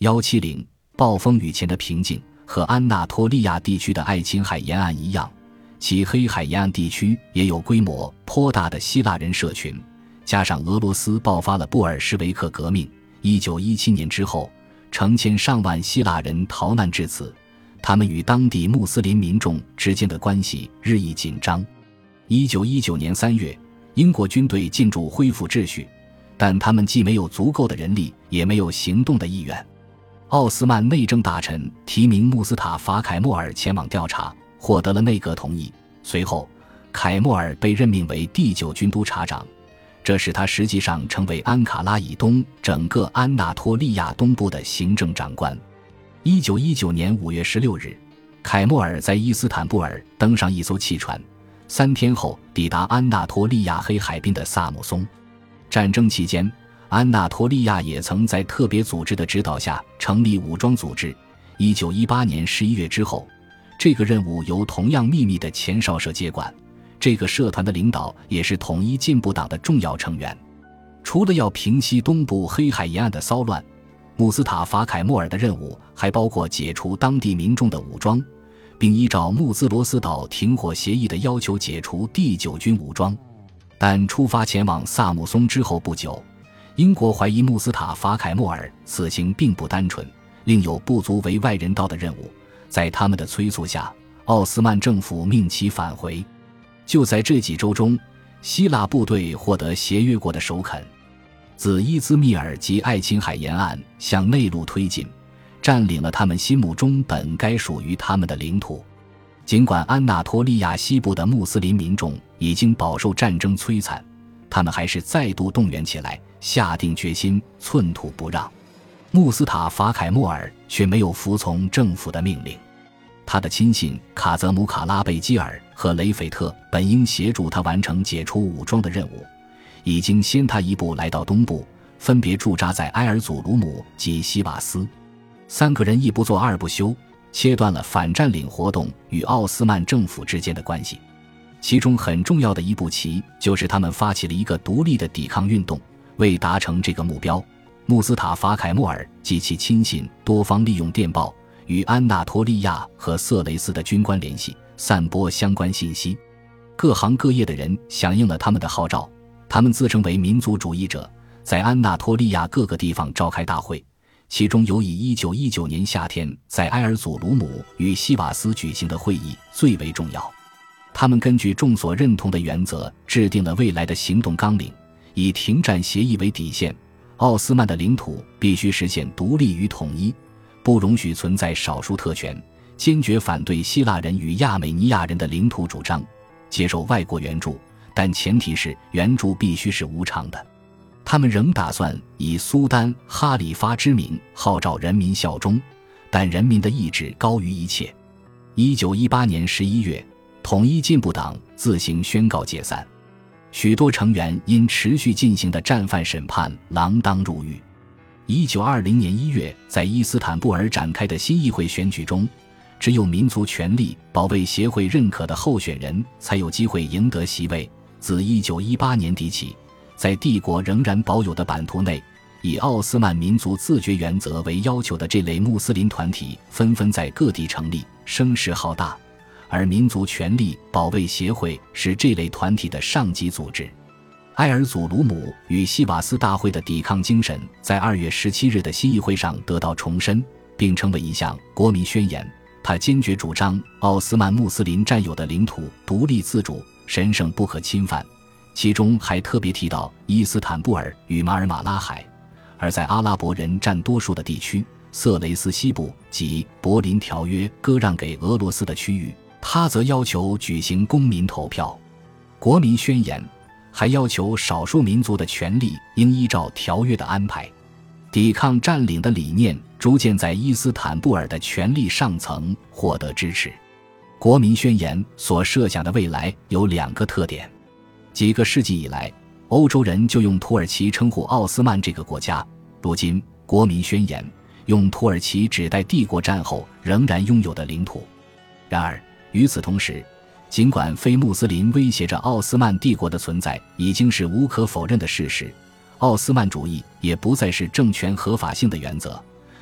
170暴风雨前的平静，和安纳托利亚地区的爱琴海沿岸一样，其黑海沿岸地区也有规模颇大的希腊人社群，加上俄罗斯爆发了布尔什维克革命1917年之后，成千上万希腊人逃难至此，他们与当地穆斯林民众之间的关系日益紧张。1919年3月，英国军队进驻恢复秩序，但他们既没有足够的人力，也没有行动的意愿。奥斯曼内政大臣提名穆斯塔法·凯莫尔前往调查，获得了内阁同意。随后，凯莫尔被任命为第9军督察长，这使他实际上成为安卡拉以东整个安纳托利亚东部的行政长官。1919年5月16日，凯莫尔在伊斯坦布尔登上一艘汽船，3天后抵达安纳托利亚黑海滨的萨姆松。战争期间，安纳托利亚也曾在特别组织的指导下成立武装组织。1918年11月之后，这个任务由同样秘密的前哨社接管，这个社团的领导也是统一进步党的重要成员。除了要平息东部黑海沿岸的骚乱，穆斯塔法·凯莫尔的任务还包括解除当地民众的武装，并依照穆兹罗斯岛停火协议的要求解除第9军武装。但出发前往萨姆松之后不久，英国怀疑穆斯塔法·凯莫尔此行并不单纯，另有不足为外人道的任务。在他们的催促下，奥斯曼政府命其返回。就在这几周中，希腊部队获得协约国的首肯，自伊兹密尔及爱琴海沿岸向内陆推进，占领了他们心目中本该属于他们的领土。尽管安纳托利亚西部的穆斯林民众已经饱受战争摧残，他们还是再度动员起来，下定决心寸土不让。穆斯塔法·凯莫尔却没有服从政府的命令，他的亲信卡泽姆卡拉贝基尔和雷斐特本应协助他完成解除武装的任务，已经先他一步来到东部，分别驻扎在埃尔祖鲁姆及西瓦斯。3个人一不做二不休，切断了反占领活动与奥斯曼政府之间的关系。其中很重要的一步棋就是他们发起了一个独立的抵抗运动。为达成这个目标，穆斯塔法·凯莫尔及其亲信多方利用电报与安纳托利亚和色雷斯的军官联系，散播相关信息。各行各业的人响应了他们的号召，他们自称为民族主义者，在安纳托利亚各个地方召开大会，其中有以1919年夏天在埃尔祖鲁姆与西瓦斯举行的会议最为重要。他们根据众所认同的原则制定了未来的行动纲领，以停战协议为底线，奥斯曼的领土必须实现独立与统一，不容许存在少数特权，坚决反对希腊人与亚美尼亚人的领土主张，接受外国援助，但前提是援助必须是无偿的。他们仍打算以苏丹哈里发之名号召人民效忠，但人民的意志高于一切。1918年11月，统一进步党自行宣告解散，许多成员因持续进行的战犯审判锒铛入狱。1920年1月在伊斯坦布尔展开的新议会选举中，只有民族权利保卫协会认可的候选人才有机会赢得席位。自1918年底起，在帝国仍然保有的版图内，以奥斯曼民族自决原则为要求的这类穆斯林团体纷纷在各地成立，声势浩大，而民族权利保卫协会是这类团体的上级组织。埃尔祖鲁姆与西瓦斯大会的抵抗精神在2月17日的新议会上得到重申，并成为一项国民宣言。他坚决主张奥斯曼穆斯林占有的领土独立自主，神圣不可侵犯，其中还特别提到伊斯坦布尔与马尔马拉海，而在阿拉伯人占多数的地区，色雷斯西部及柏林条约割让给俄罗斯的区域，他则要求举行公民投票。国民宣言还要求少数民族的权利应依照条约的安排。抵抗占领的理念逐渐在伊斯坦布尔的权力上层获得支持。国民宣言所设想的未来有2个特点。几个世纪以来，欧洲人就用土耳其称呼奥斯曼这个国家，如今国民宣言用土耳其指代帝国战后仍然拥有的领土。然而与此同时，尽管非穆斯林威胁着奥斯曼帝国的存在已经是无可否认的事实，奥斯曼主义也不再是政权合法性的原则，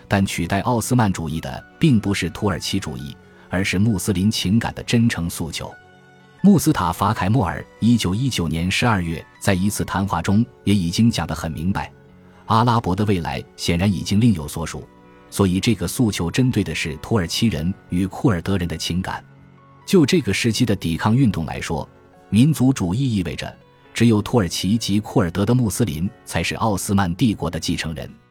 但取代奥斯曼主义的并不是土耳其主义，而是穆斯林情感的真诚诉求。穆斯塔法·凯莫尔1919年12月在一次谈话中也已经讲得很明白，阿拉伯的未来显然已经另有所属，所以这个诉求针对的是土耳其人与库尔德人的情感。就这个时期的抵抗运动来说，民族主义意味着只有土耳其及库尔德的穆斯林才是奥斯曼帝国的继承人。